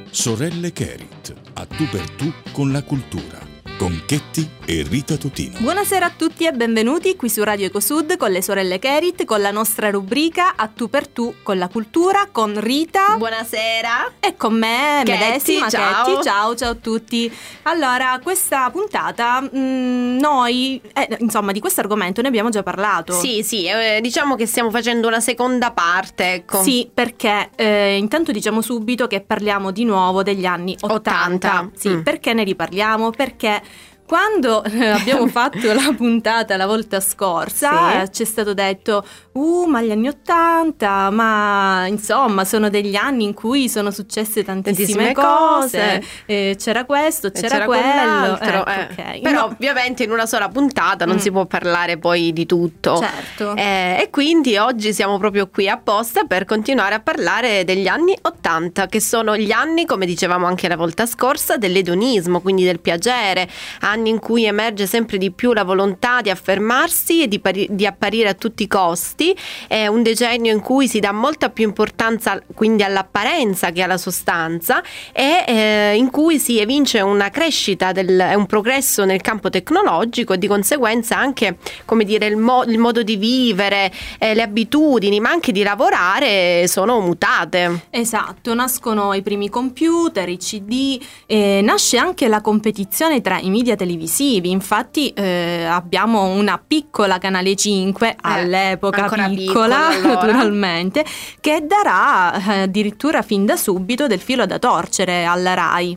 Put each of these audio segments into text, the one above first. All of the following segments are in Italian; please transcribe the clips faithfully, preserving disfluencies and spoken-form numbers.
Sorelle Kerit, a tu per tu con la cultura, con Chetti e Rita Tutino. Buonasera a tutti e benvenuti qui su Radio Ecosud con le sorelle Kerit, con la nostra rubrica A tu per tu con la cultura, con Rita. Buonasera. E con me, Chetti, medesima ciao. Chetti. Ciao, ciao a tutti. Allora, questa puntata, mh, noi, eh, insomma, di questo argomento ne abbiamo già parlato. Sì, sì, eh, diciamo che stiamo facendo una seconda parte, ecco. Sì, perché eh, intanto diciamo subito che parliamo di nuovo degli anni ottanta. ottanta. Sì, Mm. perché ne riparliamo? Perché quando eh, abbiamo fatto la puntata la volta scorsa, Sì. eh, ci è stato detto uh ma gli anni ottanta, ma insomma sono degli anni in cui sono successe tantissime, Tantissime cose, cose. eh, c'era questo, E c'era, quello, quell'altro, ecco, eh. ok. Però No, ovviamente in una sola puntata non Mm. si può parlare poi di tutto. certo. Eh, e quindi oggi siamo proprio qui apposta per continuare a parlare degli anni ottanta, che sono gli anni, come dicevamo anche la volta scorsa, dell'edonismo, quindi del piacere, anni in cui emerge sempre di più la volontà di affermarsi e di, pari- di apparire a tutti i costi. È un decennio in cui si dà molta più importanza quindi all'apparenza che alla sostanza, e eh, in cui si evince una crescita del, e un progresso nel campo tecnologico, e di conseguenza anche, come dire, il, mo- il modo di vivere, eh, le abitudini, ma anche di lavorare sono mutate. Esatto, nascono i primi computer, i C D, e nasce anche la competizione tra i media televisivi. Infatti eh, abbiamo una piccola Canale cinque, all'epoca ancora piccola, piccola, allora. naturalmente, che darà eh, addirittura fin da subito del filo da torcere alla Rai.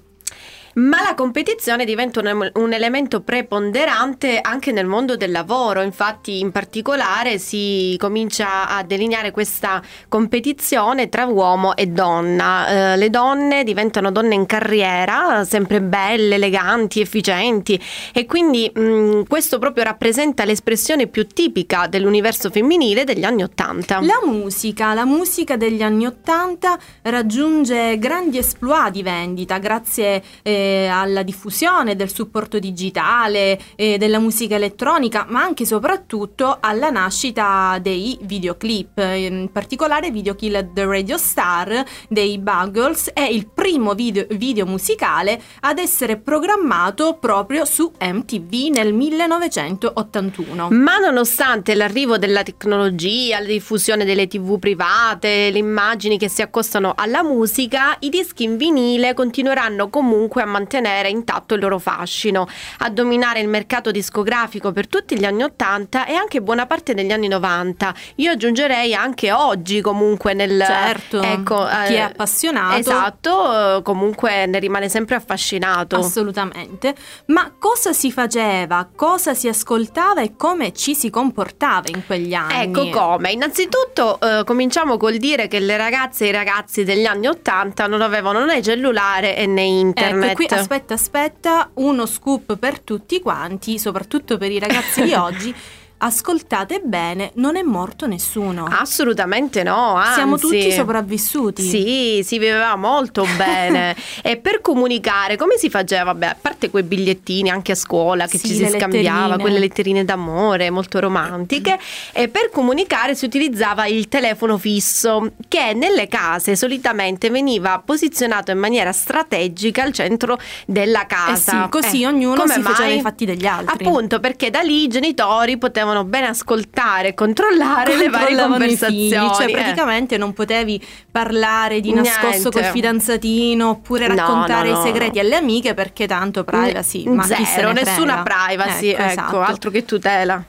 Ma la competizione diventa un, un elemento preponderante anche nel mondo del lavoro. Infatti, in particolare si comincia a delineare questa competizione tra uomo e donna. Eh, le donne diventano donne in carriera, sempre belle, eleganti, efficienti, e quindi mh, questo proprio rappresenta l'espressione più tipica dell'universo femminile degli anni Ottanta. La musica, la musica degli anni Ottanta raggiunge grandi exploit di vendita grazie eh, alla diffusione del supporto digitale, eh, della musica elettronica, ma anche e soprattutto alla nascita dei videoclip. In particolare Video Killed the Radio Star dei Buggles è il primo video, video musicale ad essere programmato proprio su M T V nel millenovecentottantuno. Ma nonostante l'arrivo della tecnologia, la diffusione delle tivù private, le immagini che si accostano alla musica, i dischi in vinile continueranno comunque a mantenere intatto il loro fascino, a dominare il mercato discografico per tutti gli anni ottanta e anche buona parte degli anni novanta. Io aggiungerei anche oggi comunque nel... Certo, ecco, chi eh, è appassionato. Esatto, eh, comunque ne rimane sempre affascinato. Assolutamente. Ma cosa si faceva, cosa si ascoltava e come ci si comportava in quegli anni? Ecco come. Innanzitutto eh, cominciamo col dire che le ragazze e i ragazzi degli anni ottanta non avevano né cellulare e né internet. Ecco, qui aspetta, aspetta, uno scoop per tutti quanti, soprattutto per i ragazzi di oggi. Ascoltate bene, non è morto nessuno. Assolutamente no, anzi. Siamo tutti sopravvissuti. Sì, si viveva molto bene. E per comunicare come si faceva? Vabbè, a parte quei bigliettini anche a scuola che Sì, ci si le scambiava, letterine. quelle letterine d'amore molto romantiche, e per comunicare si utilizzava il telefono fisso, che nelle case solitamente veniva posizionato in maniera strategica al centro della Eh casa. sì, così Eh, ognuno come si faceva mai? i fatti degli altri. Appunto, perché da lì i genitori potevano bene ascoltare e controllare le varie Controllavano i conversazioni. figli, cioè eh. praticamente non potevi parlare di nascosto Niente. col fidanzatino oppure No, raccontare no, no, i segreti alle amiche, perché tanto privacy, ma chi se Zero, ne nessuna frega. privacy, Ecco, ecco, esatto. altro che tutela.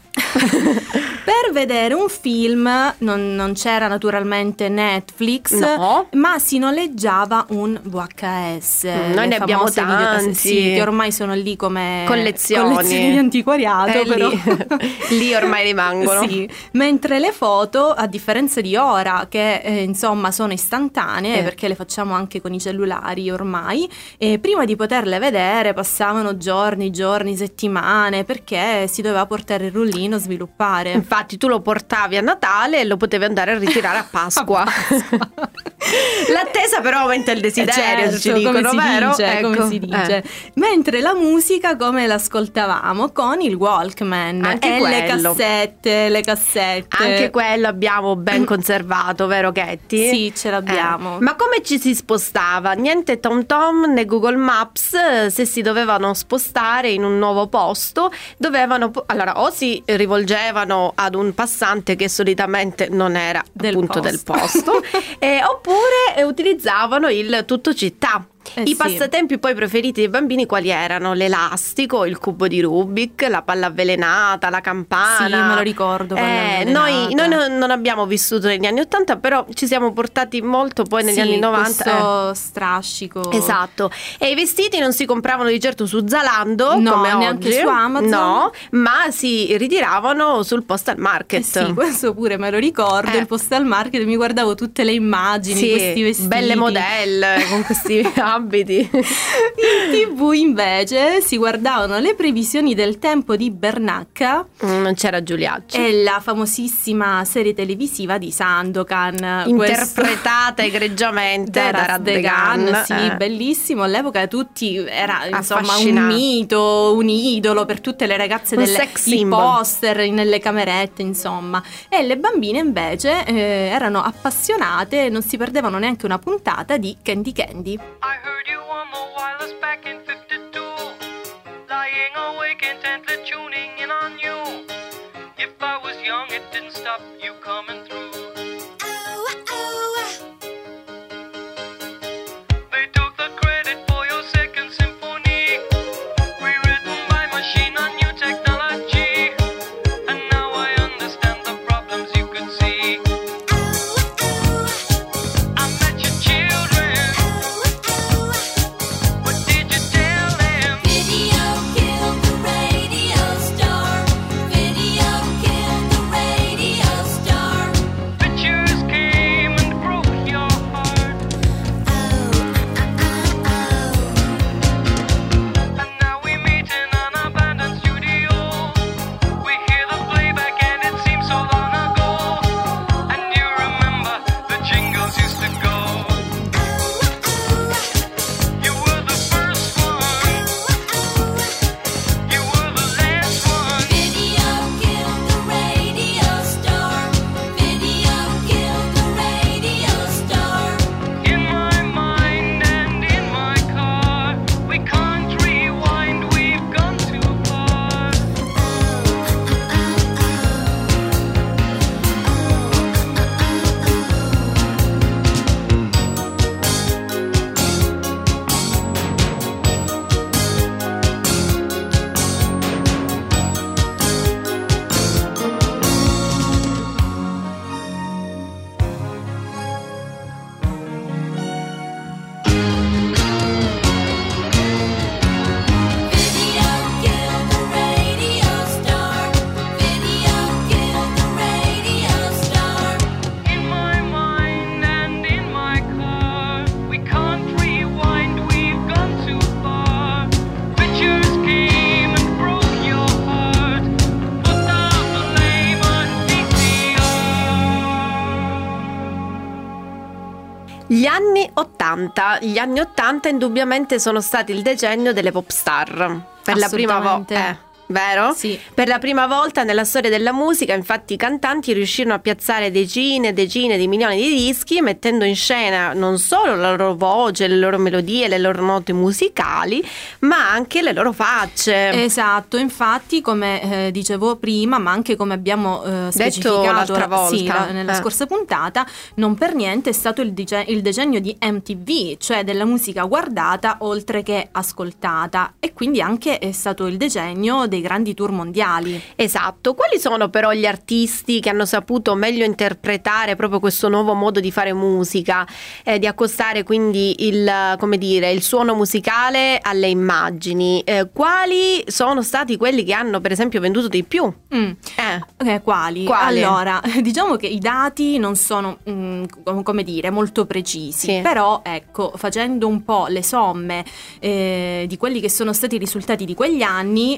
Per vedere un film non, non c'era naturalmente Netflix, No. ma si noleggiava un V H S. Mm, noi le ne abbiamo famose videocassette, tanti. sì, che ormai sono lì come Collezioni. collezioni di antiquariato, Eh, però. lì. Lì ormai rimangono. Sì, mentre le foto, a differenza di ora, che eh, insomma sono istantanee, Eh. perché le facciamo anche con i cellulari ormai, e prima di poterle vedere passavano giorni, giorni, settimane, perché si doveva portare il rullino, sviluppare. Infatti tu lo portavi a Natale e lo potevi andare a ritirare a Pasqua. A Pasqua. L'attesa però aumenta il desiderio, certo, ci dicono, come si vero? Dice, ecco. come si dice. Eh. Mentre la musica come l'ascoltavamo? Con il Walkman. Anche e quello. le cassette, le cassette. Anche quello abbiamo ben conservato, vero Ketty? Sì, ce l'abbiamo. Eh. Ma come ci si spostava? Niente TomTom né Google Maps. Se si dovevano spostare in un nuovo posto, dovevano allora o si rivolgevano ad un passante che solitamente non era Del appunto posto. del posto, eh, oppure utilizzavano il tutto città. Eh I sì. passatempi poi preferiti dei bambini quali erano? L'elastico, il cubo di Rubik, la palla avvelenata, la campana. Sì, me lo ricordo, palla Eh, noi, avvelenata. noi non, non abbiamo vissuto negli anni ottanta, però ci siamo portati molto poi negli Sì, anni novanta. questo eh. strascico. Esatto. E i vestiti non si compravano di certo su Zalando, No, come neanche oggi. su Amazon. No, ma si ritiravano sul postal market. Eh sì, questo pure me lo ricordo, Eh. il postal market, mi guardavo tutte le immagini, Sì, questi vestiti. belle modelle con questi abiti. In tivù invece si guardavano le previsioni del tempo di Bernacca Mm, non c'era Giuliacci. e la famosissima serie televisiva di Sandokan, Interpretata egregiamente da Deras Raddegan. Degan, sì, eh. bellissimo. All'epoca tutti era insomma un Affascinante. mito, un idolo per tutte le ragazze, Un delle sex i symbol. poster nelle camerette, insomma. E le bambine invece eh, erano appassionate e non si perdevano neanche una puntata di Candy Candy. I heard you on the wireless back in fifty-two, lying awake intently tuning in on you. If I was young, it didn't stop you coming through. They took the credit for your second symphony, rewritten by machine on new technology. And now I understand the problems you could see. I met your children. What did you tell them? Video killed the radio star. Video killed the radio star. Pictures came and broke your heart. And now we meet in an abandoned studio. We hear the playback and it seems so long ago. And you remember the jingles used to go. You were the first one. You were the last one. Video killed the radio star. Video killed the radio star. In my mind and in my car, we can't rewind, we've gone too far. Video killed the radio star. Video killed the radio star. In my mind and in my car, we can't rewind, we've gone too far. Pictures came and broke your heart. Put down the blame on V C R. Gli anni ottanta, gli anni ottanta indubbiamente sono stati il decennio delle pop star. Per la prima Assolutamente. volta, eh, vero? Sì. Per la prima volta nella storia della musica, infatti, i cantanti riuscirono a piazzare decine e decine di milioni di dischi, mettendo in scena non solo la loro voce, le loro melodie, le loro note musicali, ma anche le loro facce. Esatto, infatti come eh, dicevo prima, ma anche come abbiamo eh, specificato l'altra volta. sì, la- nella Eh. scorsa puntata, non per niente è stato il, dice- il decennio di M T V, cioè della musica guardata oltre che ascoltata, e quindi anche è stato il decennio dei grandi tour mondiali. Esatto, quali sono però gli artisti che hanno saputo meglio interpretare proprio questo nuovo modo di fare musica, eh, di accostare quindi il, come dire, il suono musicale alle immagini? Eh, quali sono stati quelli che hanno per esempio venduto di più? Mm. Eh. Eh, quali? Quali? Allora, diciamo che i dati non sono, mm, com- come dire, molto precisi, Sì. però ecco, facendo un po' le somme eh, di quelli che sono stati i risultati di quegli anni, eh,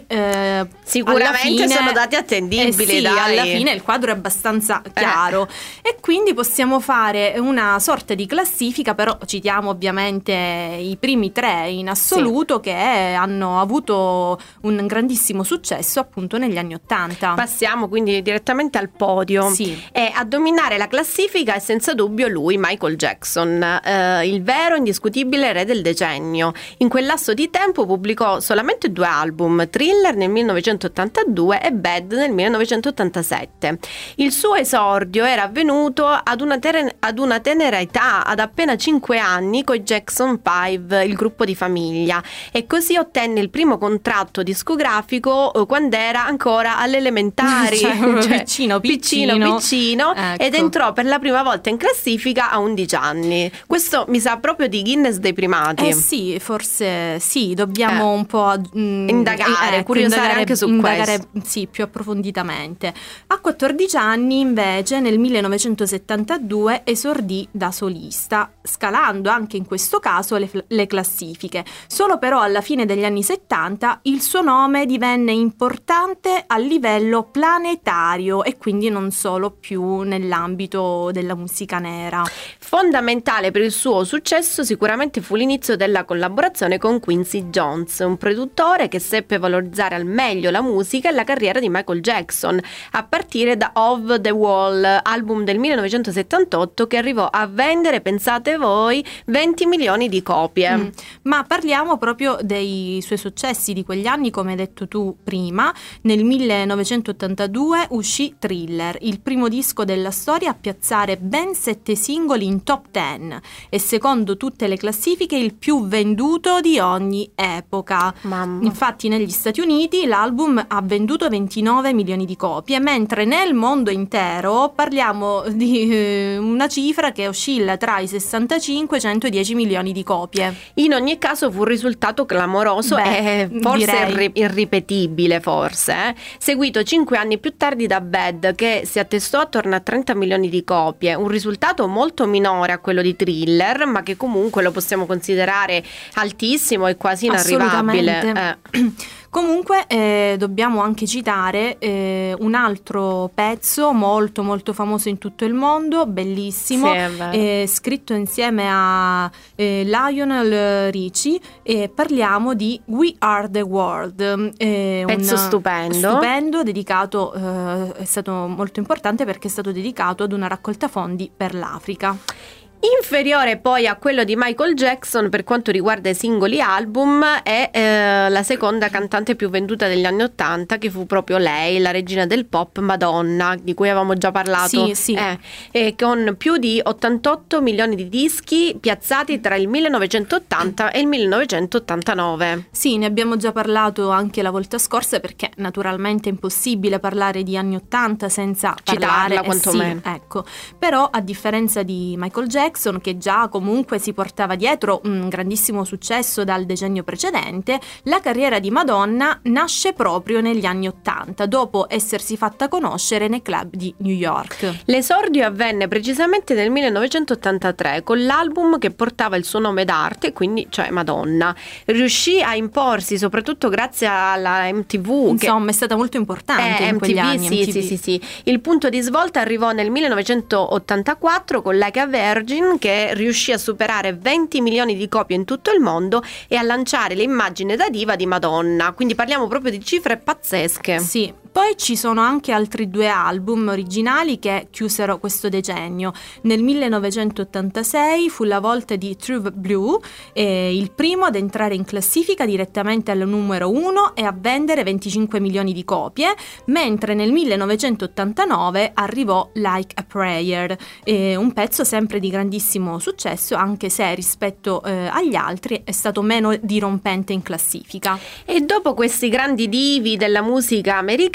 eh, Sicuramente alla fine- sono dati attendibili, eh sì, dai. alla fine il quadro è abbastanza chiaro e quindi possiamo fare una sorta di classifica, però citiamo ovviamente i primi tre in assoluto che hanno avuto un grandissimo successo appunto negli anni Ottanta. Passiamo quindi direttamente al podio. Sì. E a dominare la classifica è senza dubbio lui, Michael Jackson, eh, il vero indiscutibile re del decennio. In quel lasso di tempo pubblicò solamente due album, Thriller nel millenovecentottantadue e Bad nel millenovecentottantasette. Il suo esordio era avvenuto ad una, ter- ad una tenera età, ad appena cinque anni, coi Jackson Five, il gruppo di famiglia, e così ottenne il primo contratto discografico eh, quando era ancora alle elementari, Cioè, piccino, piccino, piccino. piccino, Ecco. ed entrò per la prima volta in classifica a undici anni. Questo mi sa proprio di Guinness dei primati. Eh sì, forse sì, dobbiamo Eh. un po' mm, Indagare, ecco, curiosare indagare- anche su indagare, sì, più approfonditamente. A quattordici anni invece nel millenovecentosettantadue esordì da solista, scalando anche in questo caso le, le classifiche. Solo però alla fine degli anni settanta il suo nome divenne importante a livello planetario e quindi non solo più nell'ambito della musica nera. Fondamentale per il suo successo sicuramente fu l'inizio della collaborazione con Quincy Jones, un produttore che seppe valorizzare al meglio la musica e la carriera di Michael Jackson, a partire da Off the Wall, album del millenovecentosettantotto che arrivò a vendere, pensate voi, venti milioni di copie. Mm. Ma parliamo proprio dei suoi successi di quegli anni, come hai detto tu prima. Nel millenovecentottantadue uscì Thriller, il primo disco della storia a piazzare ben sette singoli in top dieci e secondo tutte le classifiche il più venduto di ogni epoca. Mamma. Infatti negli Stati Uniti l'album ha venduto ventinove milioni di copie, mentre nel mondo intero parliamo di eh, una cifra che oscilla tra i sessantacinque e i centodieci milioni di copie. In ogni caso fu un risultato clamoroso Beh, e forse direi. irri- irripetibile forse, eh? Seguito cinque anni più tardi da Bad, che si attestò attorno a trenta milioni di copie, un risultato molto minore a quello di Thriller, ma che comunque lo possiamo considerare altissimo e quasi inarrivabile. Assolutamente. Eh. Comunque eh, dobbiamo anche citare eh, un altro pezzo molto molto famoso in tutto il mondo, bellissimo, Sì, è vero. eh, scritto insieme a eh, Lionel Richie, e parliamo di We Are the World. eh, Pezzo un- stupendo. stupendo, dedicato, eh, è stato molto importante perché è stato dedicato ad una raccolta fondi per l'Africa. Inferiore poi a quello di Michael Jackson per quanto riguarda i singoli album è eh, la seconda cantante più venduta degli anni Ottanta, che fu proprio lei, la regina del pop, Madonna, di cui avevamo già parlato. Sì, sì. Eh, e con più di ottantotto milioni di dischi piazzati tra il millenovecentottanta e il millenovecentottantanove. Sì, ne abbiamo già parlato anche la volta scorsa, perché naturalmente è impossibile parlare di anni Ottanta senza Citarla, parlare, eh quantomeno. sì, ecco. Però a differenza di Michael Jackson, che già comunque si portava dietro un grandissimo successo dal decennio precedente, la carriera di Madonna nasce proprio negli anni Ottanta, dopo essersi fatta conoscere nei club di New York. L'esordio avvenne precisamente nel millenovecentottantatré con l'album che portava il suo nome d'arte, quindi cioè Madonna. Riuscì a imporsi soprattutto grazie alla M T V, che Insomma, è stata molto importante Eh, in quegli M T V, anni. sì, M T V. sì, sì, sì. Il punto di svolta arrivò nel millenovecentottantaquattro con Like a Virgin, che riuscì a superare venti milioni di copie in tutto il mondo e a lanciare l'immagine da diva di Madonna. Quindi parliamo proprio di cifre pazzesche. Sì, poi ci sono anche altri due album originali che chiusero questo decennio. Nel millenovecentottantasei fu la volta di True Blue, eh, il primo ad entrare in classifica direttamente al numero uno e a vendere venticinque milioni di copie, mentre nel millenovecentottantanove arrivò Like a Prayer, eh, un pezzo sempre di grandissimo successo, anche se rispetto eh, agli altri è stato meno dirompente in classifica. E dopo questi grandi divi della musica americana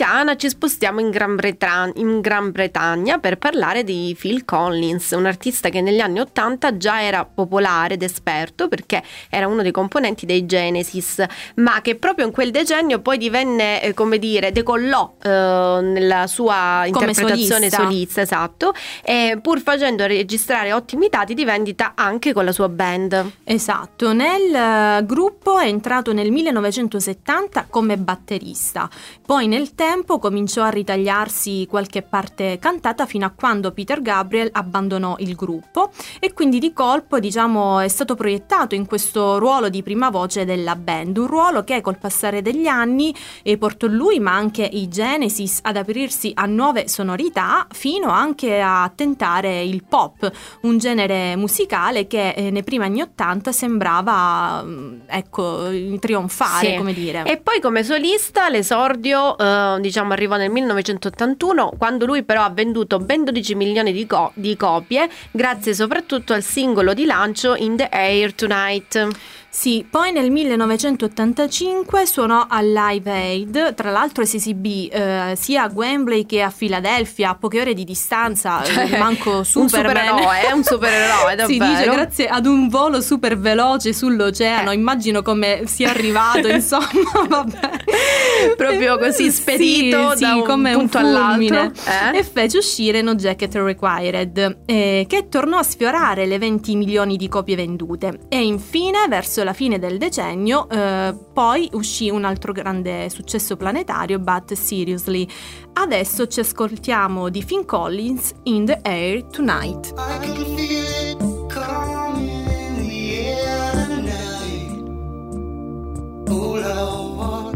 americana, ci spostiamo in Gran, Bretan- in Gran Bretagna per parlare di Phil Collins, un artista che negli anni ottanta già era popolare ed esperto perché era uno dei componenti dei Genesis, ma che proprio in quel decennio poi divenne, eh, come dire, decollò eh, nella sua Come interpretazione solista. solista, esatto, e pur facendo registrare ottimi dati di vendita anche con la sua band. Esatto, nel eh, gruppo è entrato nel millenovecentosettanta come batterista, poi nel tempo cominciò a ritagliarsi qualche parte cantata fino a quando Peter Gabriel abbandonò il gruppo e quindi di colpo, diciamo, è stato proiettato in questo ruolo di prima voce della band, un ruolo che col passare degli anni eh, portò lui ma anche i Genesis ad aprirsi a nuove sonorità fino anche a tentare il pop, un genere musicale che eh, nei primi anni ottanta sembrava mm, ecco trionfare, Sì. come dire. E poi come solista l'esordio eh, diciamo arrivò nel millenovecentottantuno, quando lui però ha venduto ben dodici milioni di, co- di copie grazie soprattutto al singolo di lancio In the Air Tonight. Sì, poi nel millenovecentottantacinque suonò al Live Aid, tra l'altro si esibì eh, sia a Wembley che a Filadelfia, a poche ore di distanza, eh, manco un Superman. supereroe, è un supereroe, Si davvero. dice grazie ad un volo super veloce sull'oceano, Eh. immagino come sia arrivato, insomma, vabbè. Proprio così spedito sì, da sì, un come punto un fulmine. all'altro. Eh? E fece uscire No Jacket Required, eh, che tornò a sfiorare le venti milioni di copie vendute. E infine, verso la fine del decennio, eh, poi uscì un altro grande successo planetario, But Seriously. Adesso ci ascoltiamo di Phil Collins, In the Air Tonight. I can feel it coming in the air tonight. Oh Lord,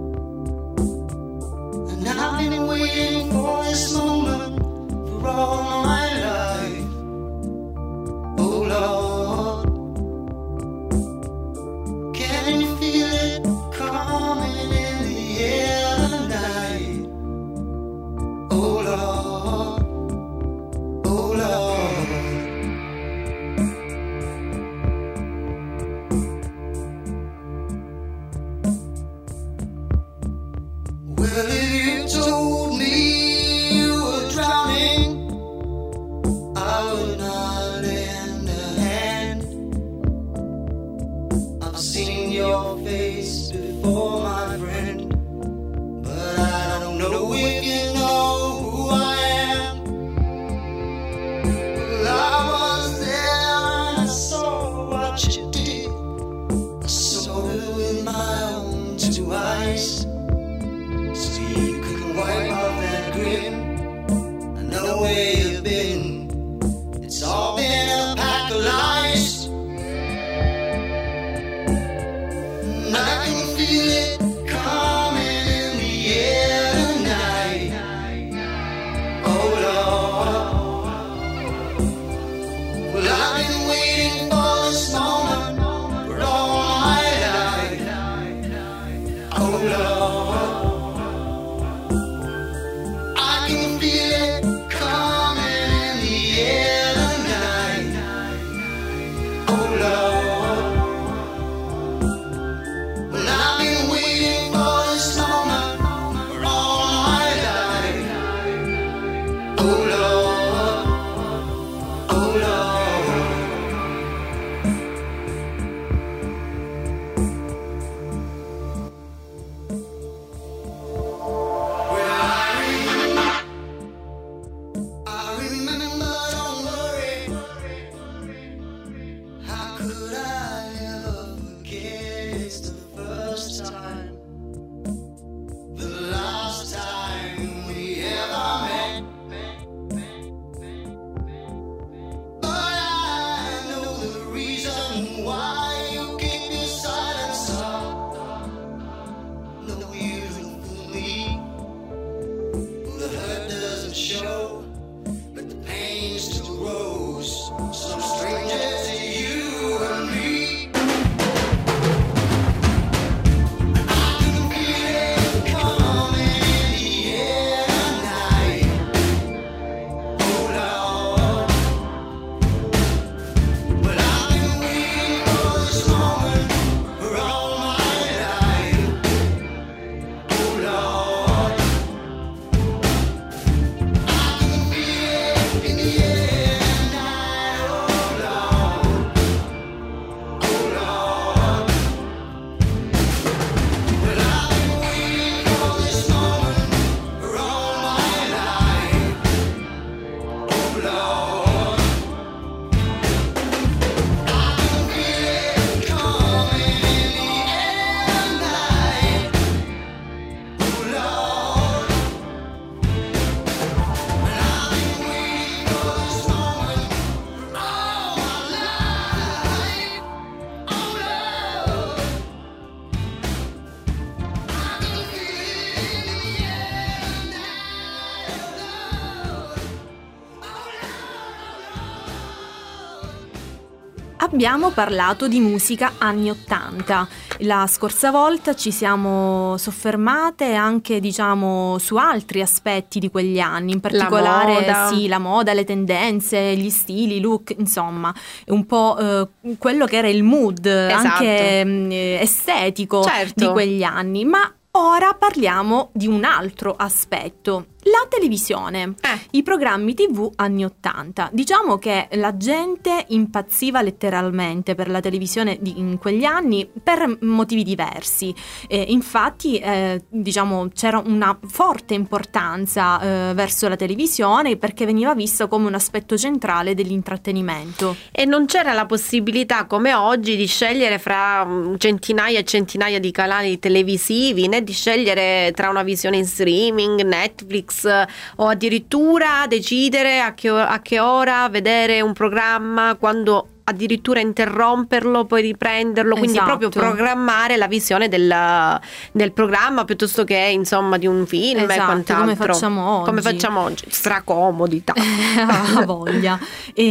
and I've been waiting for this moment for all my life. Oh Lord, can you feel it coming in the air tonight? Oh Lord, oh Lord. Well, if you told me you were drowning, I would not lend a hand. I've seen your face before, my friend, but I don't know if you know who I am. Well, I was there and I saw what you did. I saw it with my own two eyes. So you can wipe off that grin. I know where you've been. It's all been a pack of lies. And I can feel it abbiamo parlato di musica anni ottanta. La scorsa volta ci siamo soffermate anche, diciamo, su altri aspetti di quegli anni, in particolare moda. sì, la moda, le tendenze, gli stili, i look, insomma, un po' eh, quello che era il mood anche mh, estetico Certo. di quegli anni. Ma ora parliamo di un altro aspetto. La televisione, Eh. i programmi tivù anni ottanta. Diciamo che la gente impazziva letteralmente per la televisione di- in quegli anni per motivi diversi. Eh, infatti, eh, diciamo, c'era una forte importanza eh, verso la televisione perché veniva vista come un aspetto centrale dell'intrattenimento. E non c'era la possibilità come oggi di scegliere fra mm, centinaia e centinaia di canali televisivi, né di scegliere tra una visione in streaming, Netflix, o addirittura decidere a che, o- a che ora vedere un programma, quando addirittura interromperlo, poi riprenderlo, quindi Esatto. proprio programmare la visione del, del programma piuttosto che insomma di un film e Esatto, quant'altro. come facciamo oggi. Come facciamo oggi, stracomodità. Ha voglia.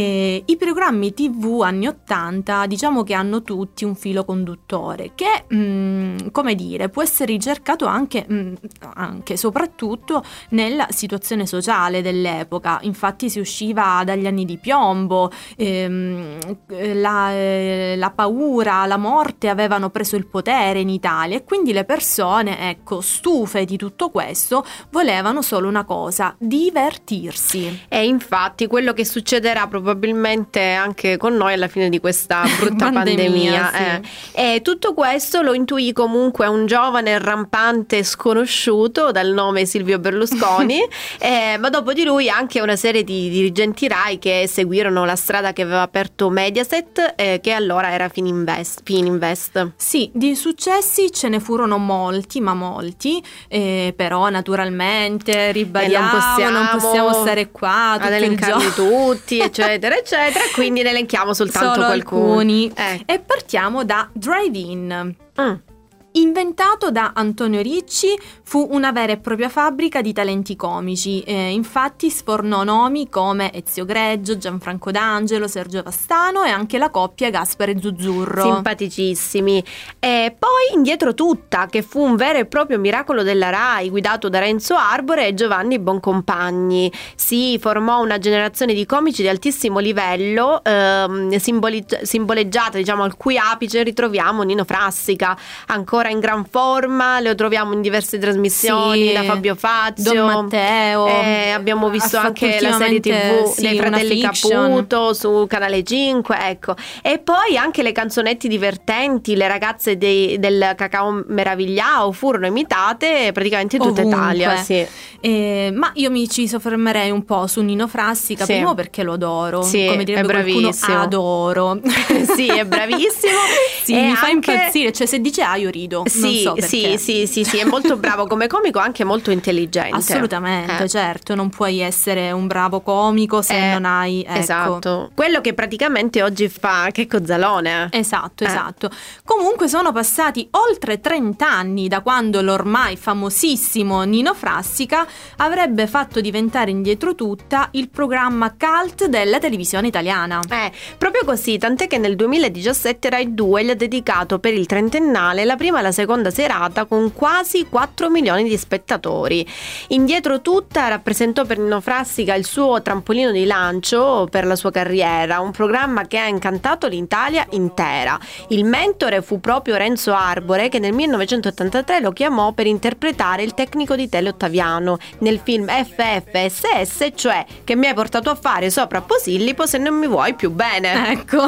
E i programmi tivù anni ottanta, diciamo che hanno tutti un filo conduttore che, mh, come dire, può essere ricercato anche, mh, anche soprattutto nella situazione sociale dell'epoca. Infatti si usciva dagli anni di piombo, ehm, la, eh, la paura, la morte avevano preso il potere in Italia e quindi le persone, ecco, stufe di tutto questo, volevano solo una cosa: divertirsi. E infatti quello che succederà probabilmente anche con noi alla fine di questa brutta Pandemia, pandemia. eh. E tutto questo lo intuì comunque un giovane rampante sconosciuto dal nome Silvio Berlusconi, eh, ma dopo di lui anche una serie di dirigenti Rai che seguirono la strada che aveva aperto Mediaset, eh, che allora era Fininvest. Fininvest. Sì, di successi ce ne furono molti, ma molti, eh, però naturalmente ribadiamo, E non possiamo non possiamo stare qua tutto ad il elencarli giorno. tutti, eccetera, eccetera, quindi ne elenchiamo soltanto Solo qualcuno. alcuni. Eh. E partiamo da Drive-In. Mm. Inventato da Antonio Ricci, fu una vera e propria fabbrica di talenti comici. Eh, infatti sfornò nomi come Ezio Greggio, Gianfranco D'Angelo, Sergio Vastano e anche la coppia Gaspare Zuzzurro. Simpaticissimi. E poi Indietro Tutta, che fu un vero e proprio miracolo della Rai, guidato da Renzo Arbore e Giovanni Boncompagni. Si formò una generazione di comici di altissimo livello, ehm, simboleggi- simboleggiata, diciamo, al cui apice ritroviamo Nino Frassica, ancora in gran forma, lo troviamo in diverse trasmissioni, Sì, da Fabio Fazio, Don Matteo. eh, abbiamo visto Ha fatto anche la serie ultimamente, tivù sì, dei una fratelli fiction. Caputo su Canale cinque, ecco. E poi anche le canzonetti divertenti, le ragazze dei- del Cacao Meravigliao furono imitate praticamente in tutta Ovunque. Italia, sì. Eh, ma io mi ci soffermerei un po' su Nino Frassica, Sì. primo perché lo adoro, Sì, come direbbe è qualcuno, bravissimo. adoro. Sì, è bravissimo. Sì, E mi fa anche- impazzire, cioè se dice A io rido, non Sì, so perché. sì, sì, sì, sì, è molto bravo come comico, anche molto intelligente. Assolutamente, Eh. certo, non puoi essere un bravo comico se Eh, non hai, ecco. Esatto. Quello che praticamente oggi fa Checco Zalone. Esatto, Eh. esatto. Comunque sono passati oltre trenta anni da quando l'ormai famosissimo Nino Frassica avrebbe fatto diventare Indietro Tutta il programma cult della televisione italiana. Eh, proprio così, tant'è che nel duemiladiciassette Rai due gli ha dedicato per il trentennale la prima e la seconda serata con quasi quattro milioni di spettatori. Indietro Tutta rappresentò per Nino Frassica il suo trampolino di lancio per la sua carriera, un programma che ha incantato l'Italia intera. Il mentore fu proprio Renzo Arbore, che nel millenovecentottantatré lo chiamò per interpretare il tecnico di tele Ottaviano nel film F F S S, cioè Che mi hai portato a fare sopra Posillipo se non mi vuoi più bene. Ecco.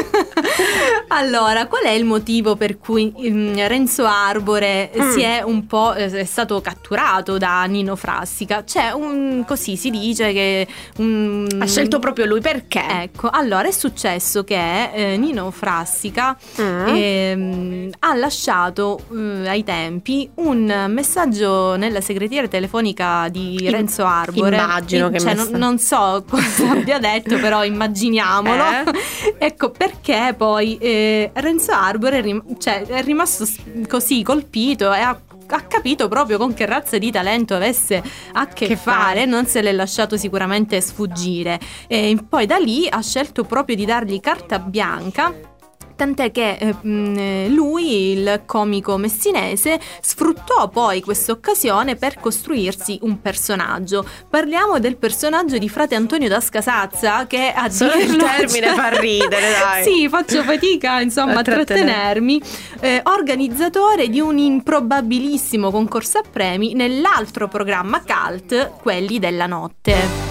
Allora, qual è il motivo per cui mm, Renzo Arbore Mm. si è un po' eh, è stato catturato da Nino Frassica? C'è un così si dice che un- Ha scelto proprio lui perché? Ecco, allora è successo che eh, Nino Frassica Mm. ehm, ha lasciato eh, ai tempi un messaggio nella segreteria telefonica di Im- Renzo Arbore. immagino E- che cioè, non, messa- non so cosa abbia detto, però immaginiamolo. Eh? Ecco perché poi eh, Renzo Arbore è, rim- cioè, è rimasto s- così colpito e ha ha capito proprio con che razza di talento avesse a che, Che fare, fare. non se l'è lasciato sicuramente sfuggire. E poi da lì ha scelto proprio di dargli carta bianca. Tant'è che eh, mh, lui, il comico messinese, sfruttò poi questa occasione per costruirsi un personaggio. Parliamo del personaggio di frate Antonio da Scasazza, che a Solo il dirlo, termine cioè- fa ridere, dai. Sì, faccio fatica insomma A a trattenermi. Eh, organizzatore di un improbabilissimo concorso a premi nell'altro programma cult, Quelli della notte.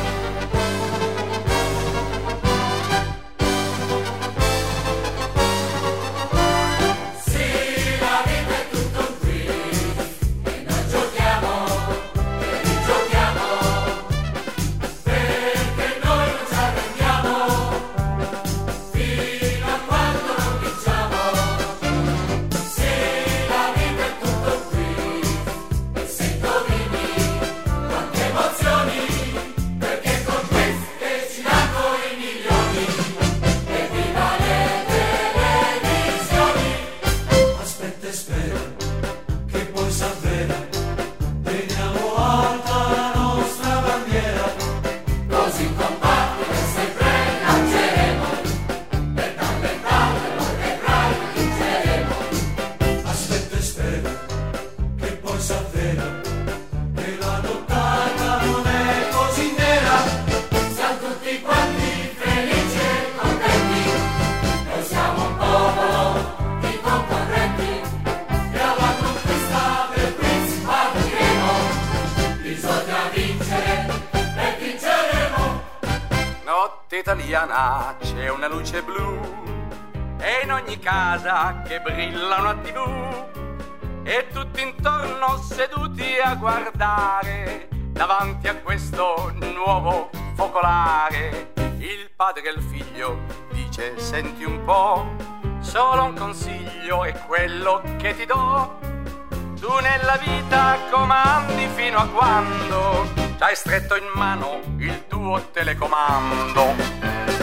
Aspetta e spera che poi s'avvera. Teniamo alta la nostra bandiera, così compatti che sempre lanceremo. Per talentare noi vedrai vinceremo. Aspetta e spera che poi s'avvera che la nottata non è così nera. Siamo tutti quanti felici e contenti. Noi siamo un popolo di concorrenti e alla conquista del principe arriveremo. Bisogna vincere e vinceremo. Notte italiana, c'è una luce blu e in ogni casa che brilla una tivù e tutti intorno seduti a guardare davanti a questo nuovo focolare. Il padre e il figlio dice: senti un po', solo un consiglio è quello che ti do. Tu nella vita comandi fino a quando c'hai stretto in mano il tuo telecomando.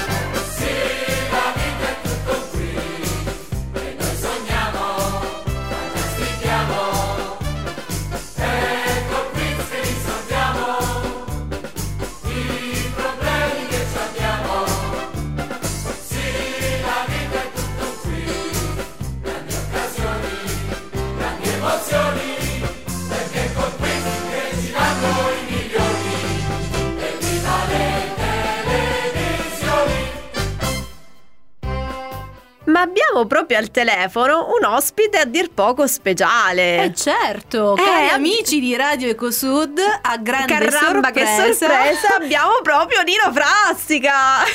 Ma abbiamo proprio al telefono un ospite a dir poco speciale. Eh certo, Eh, cari ab- amici di Radio Ecosud, a grande Caramba, che sorpresa, sorpresa! Abbiamo proprio Nino Frassica!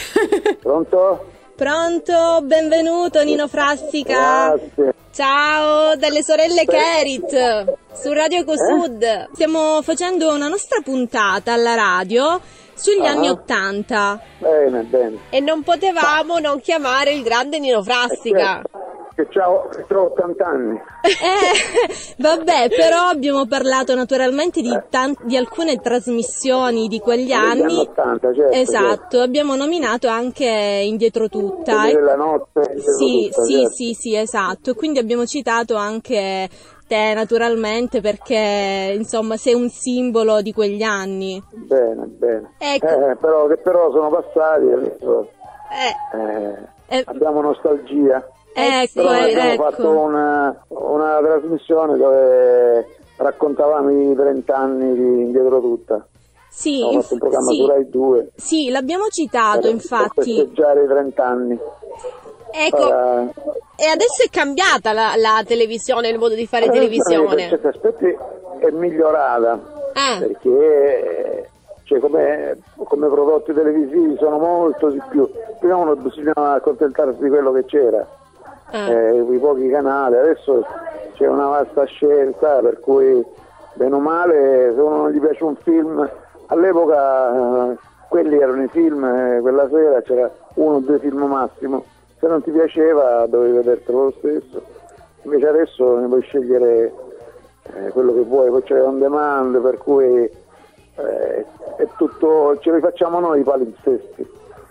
Pronto? Pronto, benvenuto Nino Frassica. Grazie. Ciao, dalle sorelle Kerit su Radio Ecosud. Stiamo facendo una nostra puntata alla radio sugli Ah. anni Ottanta Bene, bene. e non potevamo non chiamare il grande Nino Frassica. Certo, che c'ho, che ho ottanta anni. Eh, vabbè, però abbiamo parlato naturalmente di, tan- di alcune trasmissioni di quegli Negli anni anni. ottanta, certo. Esatto, abbiamo nominato anche Indietro Tutta. Quelli della notte. Sì, tutta, sì, certo. sì, sì, esatto. Quindi abbiamo citato anche te naturalmente perché insomma sei un simbolo di quegli anni. Bene, bene. Ecco. Eh, però, che però sono passati, adesso Eh, eh, eh, abbiamo nostalgia. ecco, Però eh, abbiamo ecco. fatto una, una trasmissione dove raccontavamo i trent'anni di Indietro Tutta. Sì, Abbiamo inf- fatto un programma sì, su Rai due. sì, l'abbiamo citato per- Per infatti. festeggiare i trent'anni. Ecco, Ora, e adesso è cambiata la, la televisione, il modo di fare adesso televisione. per certi aspetti è migliorata. Ah, Perché cioè, come, come prodotti televisivi sono molto di più. Prima uno bisognava accontentarsi di quello che c'era, ah. eh, i pochi canali, adesso c'è una vasta scelta, per cui bene o male se uno non gli piace un film, all'epoca eh, quelli erano i film, eh, quella sera c'era uno o due film massimo, se non ti piaceva dovevi vedertelo lo stesso, invece adesso ne puoi scegliere eh, quello che vuoi, poi c'è on demand, per cui eh, è tutto, ce li facciamo noi i palinsesti.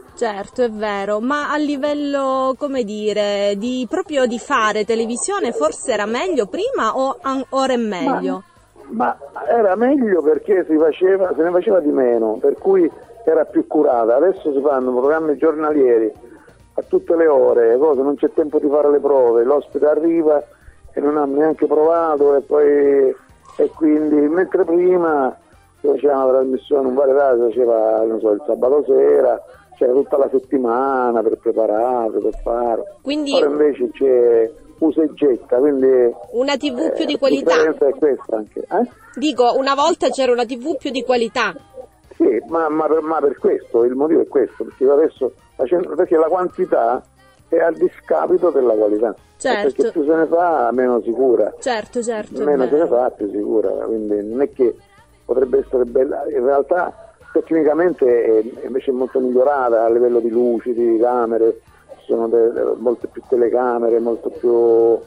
Certo, è vero, ma a livello, come dire, di proprio di fare televisione forse era meglio prima o an- ora è meglio? Ma era meglio perché si faceva, se ne faceva di meno, per cui era più curata. Adesso si fanno programmi giornalieri a tutte le ore, cose, non c'è tempo di fare le prove, l'ospite arriva e non ha neanche provato e poi e quindi mentre prima si faceva una trasmissione, un varietà, si faceva non so, il sabato sera, c'era tutta la settimana per preparare, per fare. Quindi Ora invece c'è usa e getta, quindi una tivù più di la qualità. differenza è questa anche. Eh? Dico, una volta c'era una tivù più di qualità. Sì, ma, ma, per, ma per questo, il motivo è questo, perché adesso facendo, perché la quantità è a discapito della qualità. Certo. Perché più se ne fa, meno sicura. Certo, certo, è Meno se ne vero. fa, più sicura. Quindi non è che potrebbe essere bella. In realtà tecnicamente è, invece è molto migliorata a livello di luci, di camere, ci sono de- de- molte più telecamere, molto più uh,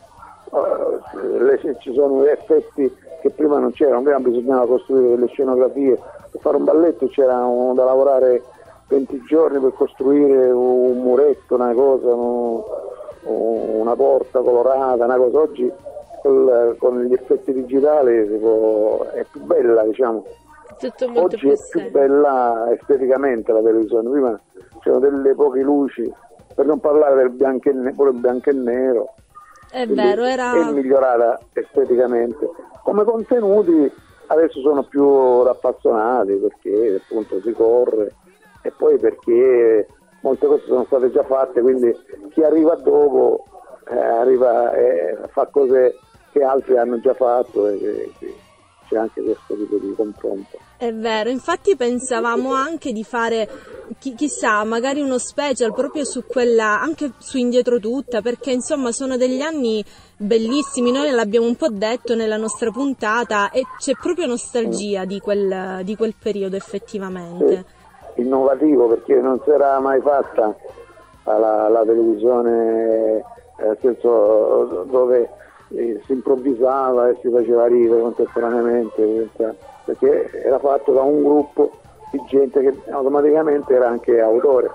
le- ci sono effetti che prima non c'erano, prima bisognava costruire delle scenografie, per fare un balletto c'era un- da lavorare venti giorni per costruire un muretto, una cosa, un- una porta colorata, una cosa. Oggi col- con gli effetti digitali si può, è più bella, diciamo. Tutto molto Oggi più è più semplice. bella esteticamente la televisione, prima c'erano delle poche luci, per non parlare del bianco e, ne- pure il bianco e nero. È Quindi vero, era... è migliorata esteticamente. Come contenuti adesso sono più raffazzonati perché appunto si corre e poi perché molte cose sono state già fatte, quindi chi arriva dopo eh, arriva e fa cose che altri hanno già fatto e, e- e c'è anche questo tipo di confronto. È vero, infatti pensavamo anche di fare, chi- chissà, magari uno special proprio su quella, anche su Indietro Tutta, perché insomma sono degli anni bellissimi, noi l'abbiamo un po' detto nella nostra puntata e c'è proprio nostalgia di quel, di quel periodo effettivamente. Sì, innovativo perché non si era mai fatta la, la televisione, eh, nel senso dove eh, si improvvisava e si faceva ridere contemporaneamente, perché era fatto da un gruppo di gente che automaticamente era anche autore.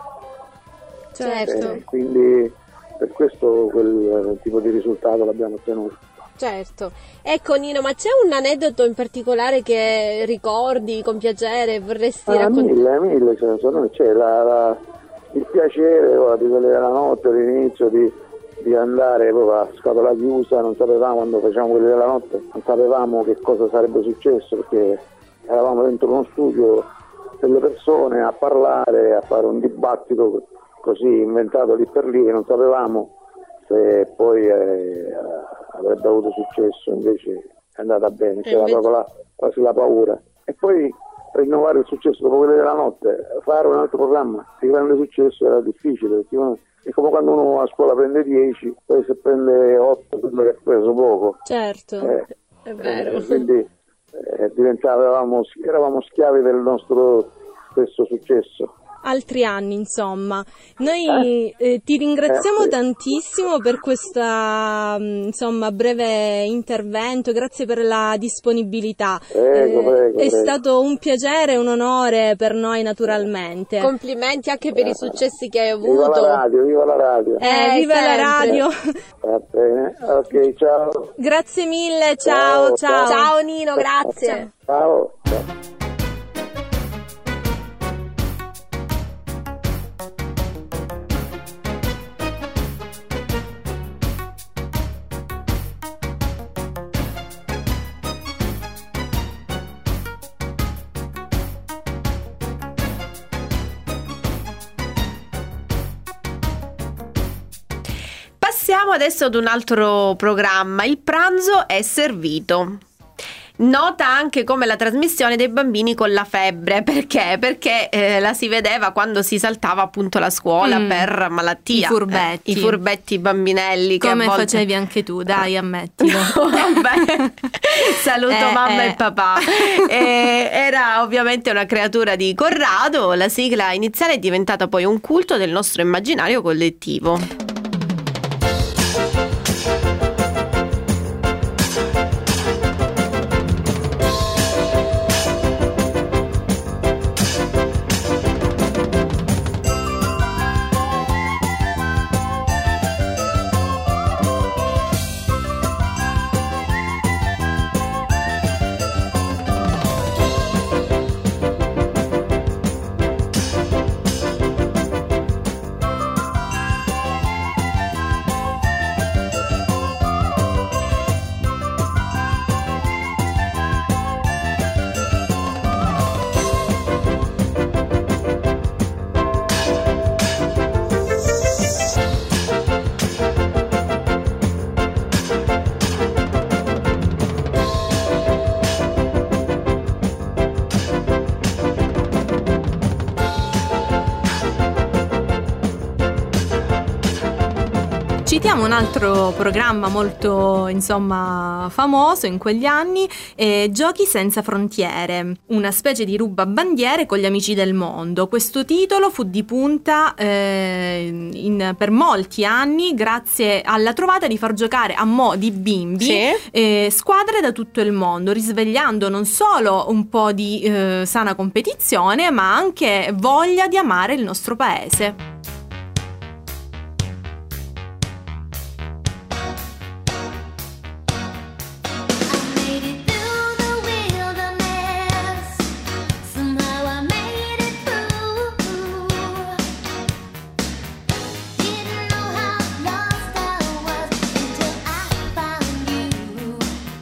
Certo, Eh, quindi per questo quel tipo di risultato l'abbiamo ottenuto. certo. Ecco Nino, ma c'è un aneddoto in particolare che ricordi con piacere, vorresti Ah, raccontare? mille, mille, ce ne sono. C'è la- la- il piacere ora, di quelle della notte all'inizio di, di andare proprio a scatola chiusa, non sapevamo quando facciamo quelli della notte, non sapevamo che cosa sarebbe successo perché eravamo dentro uno studio delle persone a parlare, a fare un dibattito così inventato lì per lì e non sapevamo se poi eh, avrebbe avuto successo, invece è andata bene, c'era invece- proprio la, quasi la paura. E poi rinnovare il successo dopo quelli della notte, fare un altro programma di grande successo era difficile, perché uno- è come quando uno a scuola prende dieci, poi se prende otto, quello che ha preso poco. Certo, Eh, è vero. eh, quindi eh, diventavamo, eravamo schiavi del nostro stesso successo. Altri anni, insomma. Noi eh, ti ringraziamo Eh, sì. tantissimo per questa mm, insomma breve intervento, grazie per la disponibilità. Prego, prego, è prego. stato un piacere e un onore per noi naturalmente. Complimenti anche per i successi che hai Viva avuto. la radio, viva la radio. Eh, Eh, viva la sempre. radio! Va bene, ok, ciao. Grazie mille, ciao, Ciao, ciao. Ciao Nino, grazie. Ciao. Ciao. Passiamo adesso ad un altro programma, Il pranzo è servito. Nota anche come la trasmissione dei bambini con la febbre, perché? Perché eh, la si vedeva quando si saltava appunto la scuola Mm. per malattia. I furbetti. Eh, I furbetti bambinelli. Che Come a volte... facevi anche tu, dai, ammettilo. Vabbè, saluto Eh, mamma eh. e papà. E era ovviamente una creatura di Corrado. La sigla iniziale è diventata poi un culto del nostro immaginario collettivo. Citiamo un altro programma molto, insomma, famoso in quegli anni, eh, Giochi senza frontiere, una specie di rubabandiere con gli amici del mondo. Questo titolo fu di punta eh, in- per molti anni grazie alla trovata di far giocare a mo' di bimbi Sì. eh, squadre da tutto il mondo, risvegliando non solo un po' di eh, sana competizione, ma anche voglia di amare il nostro paese. I made it through the wilderness. Somehow I made it through. Didn't know how lost I was until I found you.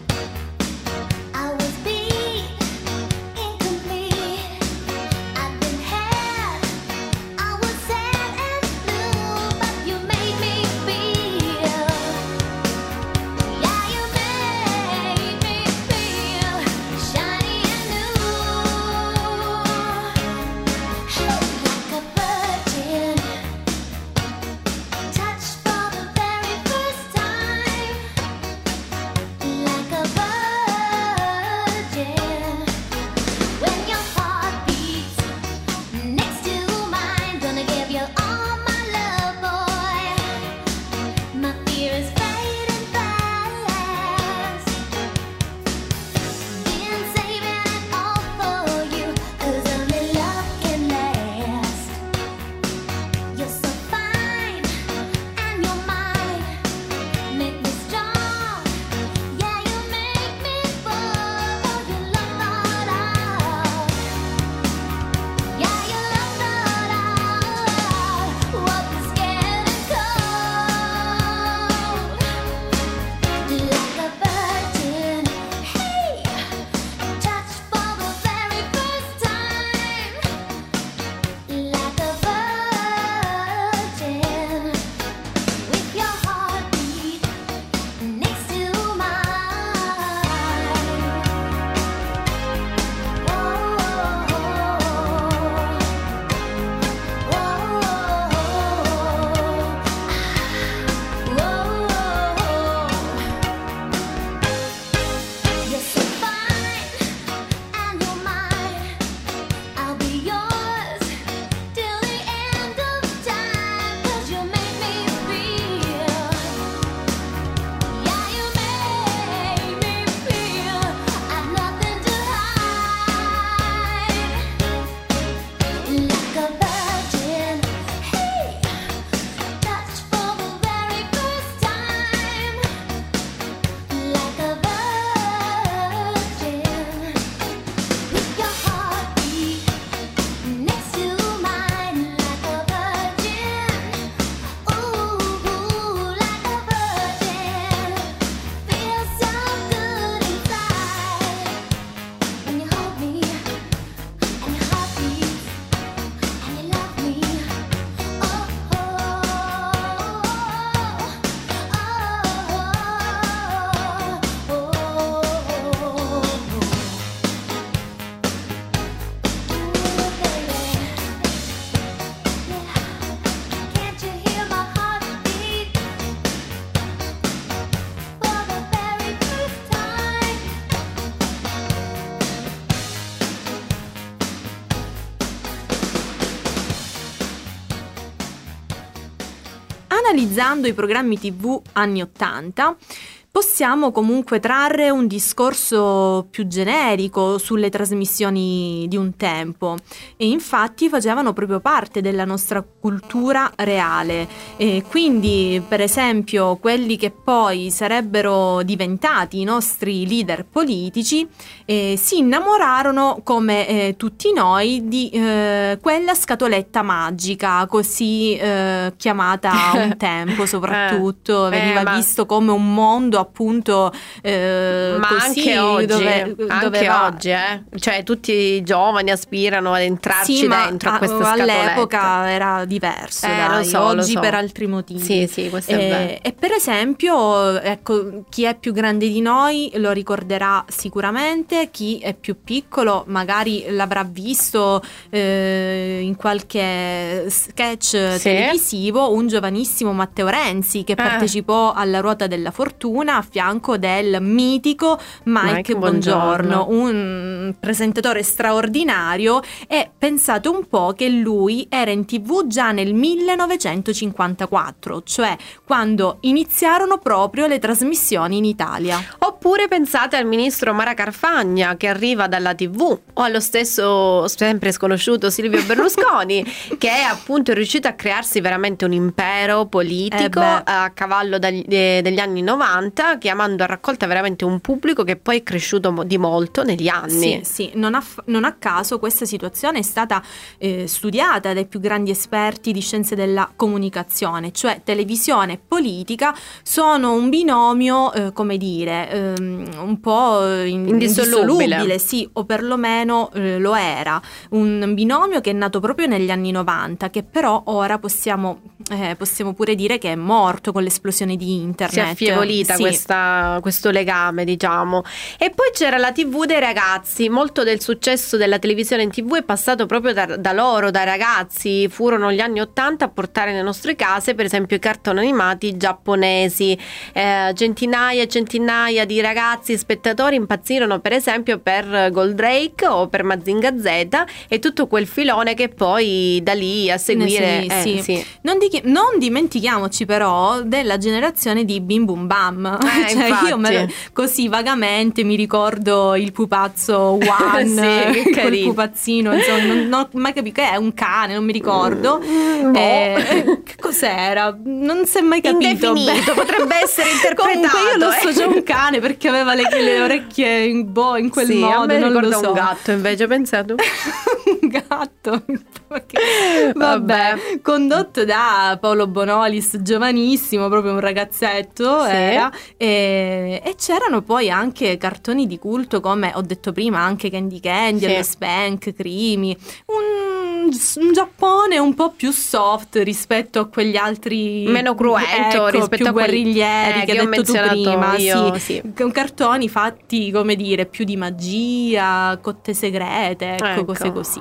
I was beat, incomplete. I've been had. I was sad and blue, but you made me feel. Yeah, you made me feel shiny and new, like a virgin, touched for the very first time, like a virgin. When your heart beats next to mine, gonna give you all my love, boy. My fear is fading fast. Been saving it all for you, 'cause only love can last. You're so fine, and you're mine. Make me strong, yeah, you make me fall for your love not out. Yeah, you love not out. What is getting cold, like a virgin. Hey, touched for the very first time, like a virgin. With your heartbeat next to mine. You're so fine, and you're mine. I'll be yours till the end of time, 'cause you make me feel. Yeah, you make me feel I've nothing to hide, like a virgin. Hey, touched for the very first time, like a virgin. With your heartbeat next to mine, like a virgin. Ooh, like a virgin. Feels so good inside when you hold me, and your heart beats, and you love me. Oh, oh, oh, oh, oh. Can't you hear my heartbeat for the very first time? Analizzando i programmi tivù anni ottanta, possiamo comunque trarre un discorso più generico sulle trasmissioni di un tempo, e infatti facevano proprio parte della nostra cultura reale. E quindi, per esempio, quelli che poi sarebbero diventati i nostri leader politici eh, si innamorarono, come eh, tutti noi, di eh, quella scatoletta magica, così eh, chiamata a un tempo soprattutto. Eh, Veniva ma- visto come un mondo a appunto eh, Ma così, anche oggi, dove, anche dove va- oggi, eh? Cioè tutti i giovani aspirano ad entrarci Sì, ma dentro a a- queste scatolette. all'epoca era diverso, Eh, dai, lo so, lo oggi so. per altri motivi. Sì, sì, questo è Eh, vero. E per esempio, ecco, chi è più grande di noi lo ricorderà sicuramente, chi è più piccolo magari l'avrà visto eh, in qualche sketch Sì. televisivo, un giovanissimo Matteo Renzi che Ah. partecipò alla Ruota della Fortuna a fianco del mitico Mike, Mike Bongiorno, Bongiorno. un presentatore straordinario, e pensate un po' che lui era in tv già nel millenovecentocinquantaquattro, cioè quando iniziarono proprio le trasmissioni in Italia. Oppure pensate al ministro Mara Carfagna che arriva dalla tivù, o allo stesso sempre sconosciuto Silvio Berlusconi che è appunto riuscito a crearsi veramente un impero politico Eh beh. a cavallo dagli- de- degli anni novanta, chiamando a raccolta veramente un pubblico che poi è cresciuto mo- di molto negli anni. Sì, sì, non a, f- non a caso questa situazione è stata eh, studiata dai più grandi esperti di scienze della comunicazione, cioè televisione e politica sono un binomio, eh, come dire, ehm, un po' in- Indissolubile. indissolubile, sì, o perlomeno eh, lo era. Un binomio che è nato proprio negli anni novanta, che però ora possiamo, eh, possiamo pure dire che è morto con l'esplosione di internet. Si è affievolita Sì. questa- questo legame, diciamo. E poi c'era la tivù dei ragazzi. Molto del successo della televisione in tivù è passato proprio da, da loro, dai ragazzi. Furono gli anni ottanta a portare nelle nostre case, per esempio, i cartoni animati giapponesi. Eh, centinaia e centinaia di ragazzi spettatori impazzirono, per esempio, per Goldrake o per Mazinga Z e tutto quel filone che poi da lì a seguire. Sì, eh, sì. sì. Non, di- non dimentichiamoci però della generazione di Bim Bum Bam. Eh, Cioè, io me lo- infatti. così vagamente mi ricordo il pupazzo One, Sì, che quel carino. pupazzino, insomma, non, non ho mai capito che è, un cane, non mi ricordo. Mm, boh. Eh, che cos'era? Non si è mai capito. Indefinito, beh. potrebbe essere interpretato. Comunque io lo so eh. già un cane perché aveva le, le orecchie in, boh, in quel Sì, modo, a me non lo ricorda so. un gatto invece, pensato. Un gatto. Vabbè. Vabbè. Condotto da Paolo Bonolis, giovanissimo, proprio un ragazzetto Sì. era, e, e c'erano poi anche cartoni di culto come ho detto prima, anche Candy Candy, Sì. Allo Spank, Crimi, un, un Giappone un po' più soft rispetto a quegli altri, Meno cruento ecco, rispetto più a quelli- guerriglieri eh, che che hai ho detto tu menzionato prima, io, sì. sì. Con cartoni fatti, come dire, più di magia, cotte segrete, ecco, Ecco. cose così.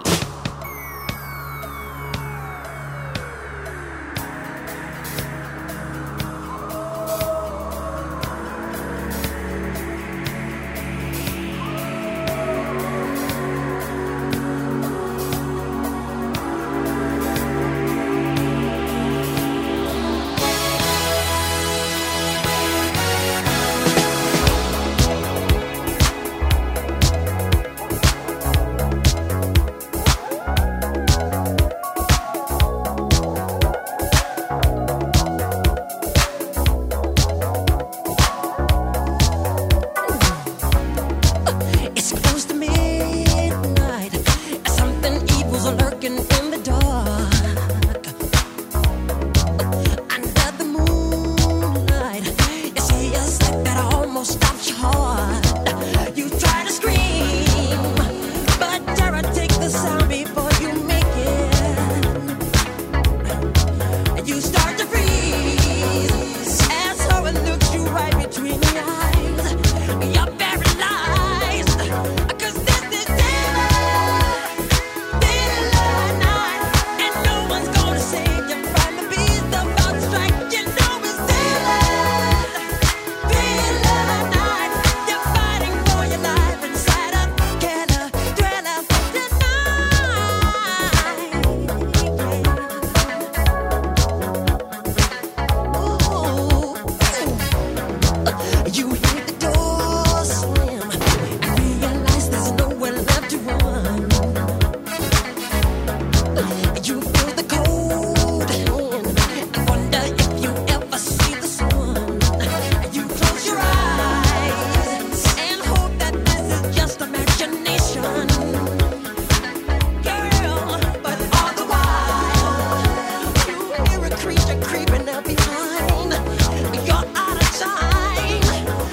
It's close to midnight. Something evil's lurking in the dark. Under the moonlight, you see a sight that almost stops your heart. You try to scream, but terror takes the sound before you make it. You start to freeze as horror looks you right between the eyes. You're paralyzed, 'cause this is daylight, daylight night, and no one's gonna save you from the beast about to strike. You know it's daylight, daylight night. You're fighting for your life inside a killer thriller tonight. You hear the door slam and realize there's nowhere left to run. You feel the cold hand and wonder if you ever see the sun. You close your eyes and hope that this is just imagination. Girl, but all the while you hear a creature creeping up behind. You're out of time.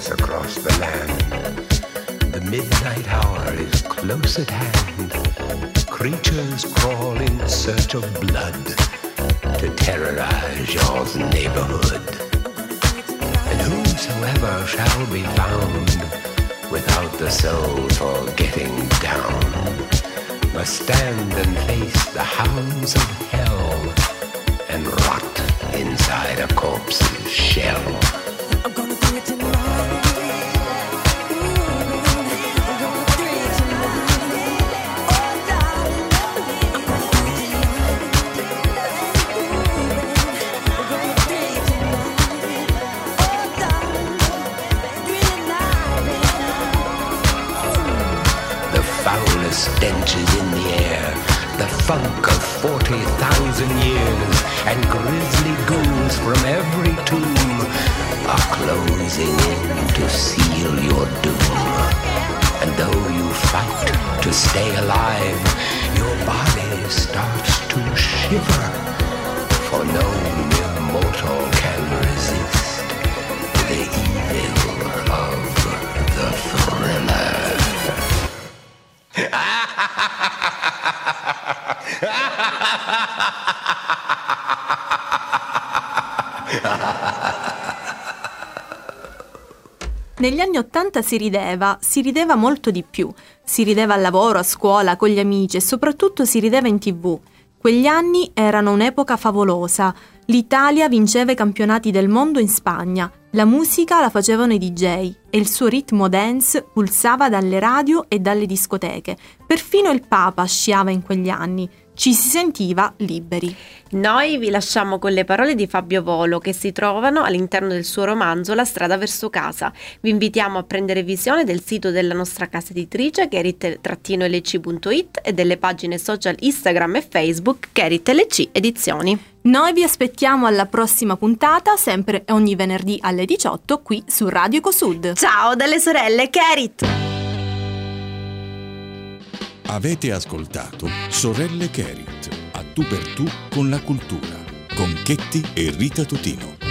course across the land. The midnight hour is close at hand. Creatures crawl in search of blood to terrorize your neighborhood. And whosoever shall be found without the soul for getting down must stand and face the hounds of hell and rot inside a corpse's shell. I'm gonna do it tonight. Stench is in the air, the funk of forty thousand years, and grisly ghouls from every tomb are closing in to seal your doom. And though you fight to stay alive, your body starts to shiver, for no immortal can resist the evil of the thriller. Negli anni Ottanta si rideva, si rideva molto di più. Si rideva al lavoro, a scuola, con gli amici e soprattutto si rideva in tivù. Quegli anni erano un'epoca favolosa. L'Italia vinceva i campionati del mondo in Spagna, la musica la facevano i D J e il suo ritmo dance pulsava dalle radio e dalle discoteche. Perfino il Papa sciava in quegli anni. Ci si sentiva liberi. Noi vi lasciamo con le parole di Fabio Volo che si trovano all'interno del suo romanzo La strada verso casa. Vi invitiamo a prendere visione del sito della nostra casa editrice kerit L C punto it e delle pagine social Instagram e Facebook Kerit L C Edizioni. Noi vi aspettiamo alla prossima puntata, sempre ogni venerdì alle diciotto qui su Radio Ecosud. Ciao dalle sorelle Kerit! Avete ascoltato Sorelle Kerit, a tu per tu con la cultura, con Chetti e Rita Tutino.